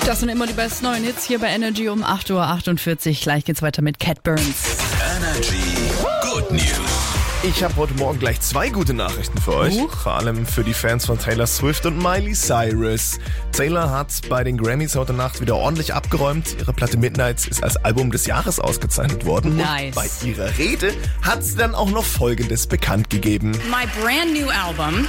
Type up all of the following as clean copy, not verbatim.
Das sind immer die besten neuen Hits hier bei Energy um 8.48 Uhr. Gleich geht's weiter mit Cat Burns. Energy Good News. Ich habe heute Morgen gleich 2 gute Nachrichten für euch. Vor allem für die Fans von Taylor Swift und Miley Cyrus. Taylor hat bei den Grammys heute Nacht wieder ordentlich abgeräumt. Ihre Platte Midnights ist als Album des Jahres ausgezeichnet worden. Nice. Und bei ihrer Rede hat sie dann auch noch Folgendes bekannt gegeben. My brand new album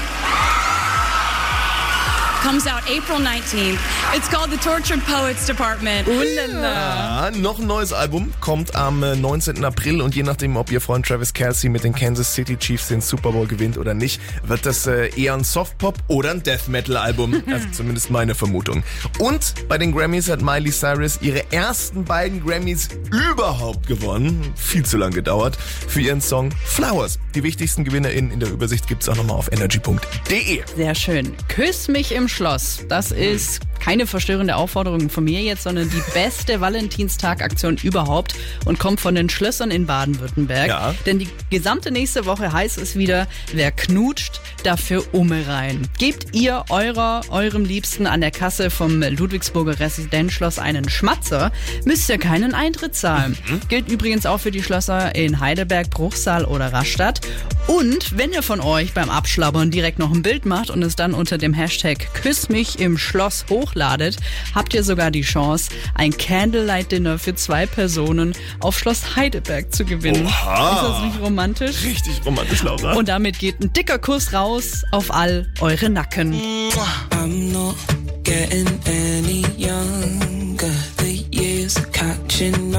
comes out April 19th. It's called The Tortured Poets Department. Ja, noch ein neues Album kommt am 19. April und je nachdem, ob ihr Freund Travis Kelce mit den Kansas City Chiefs den Super Bowl gewinnt oder nicht, wird das eher ein Softpop oder ein Death Metal Album. Also zumindest meine Vermutung. Und bei den Grammys hat Miley Cyrus ihre ersten beiden Grammys überhaupt gewonnen. Viel zu lang gedauert. Für ihren Song Flowers. Die wichtigsten GewinnerInnen in der Übersicht gibt's auch nochmal auf energy.de. Sehr schön. Küss mich im Schloss. Das ist keine verstörende Aufforderung von mir jetzt, sondern die beste Valentinstag-Aktion überhaupt und kommt von den Schlössern in Baden-Württemberg. Ja. Denn die gesamte nächste Woche heißt es wieder, wer knutscht, dafür rein. Gebt ihr eurem Liebsten an der Kasse vom Ludwigsburger Residenzschloss einen Schmatzer, müsst ihr keinen Eintritt zahlen. Gilt übrigens auch für die Schlösser in Heidelberg, Bruchsal oder Rastatt. Und wenn ihr von euch beim Abschlabbern direkt noch ein Bild macht und es dann unter dem Hashtag Küss mich im Schloss hochladet, habt ihr sogar die Chance, ein Candlelight-Dinner für 2 Personen auf Schloss Heidelberg zu gewinnen. Oha. Ist das nicht romantisch? Richtig romantisch, Laura. Und damit geht ein dicker Kuss raus auf all eure Nacken. I'm not getting any younger. The years are catching up.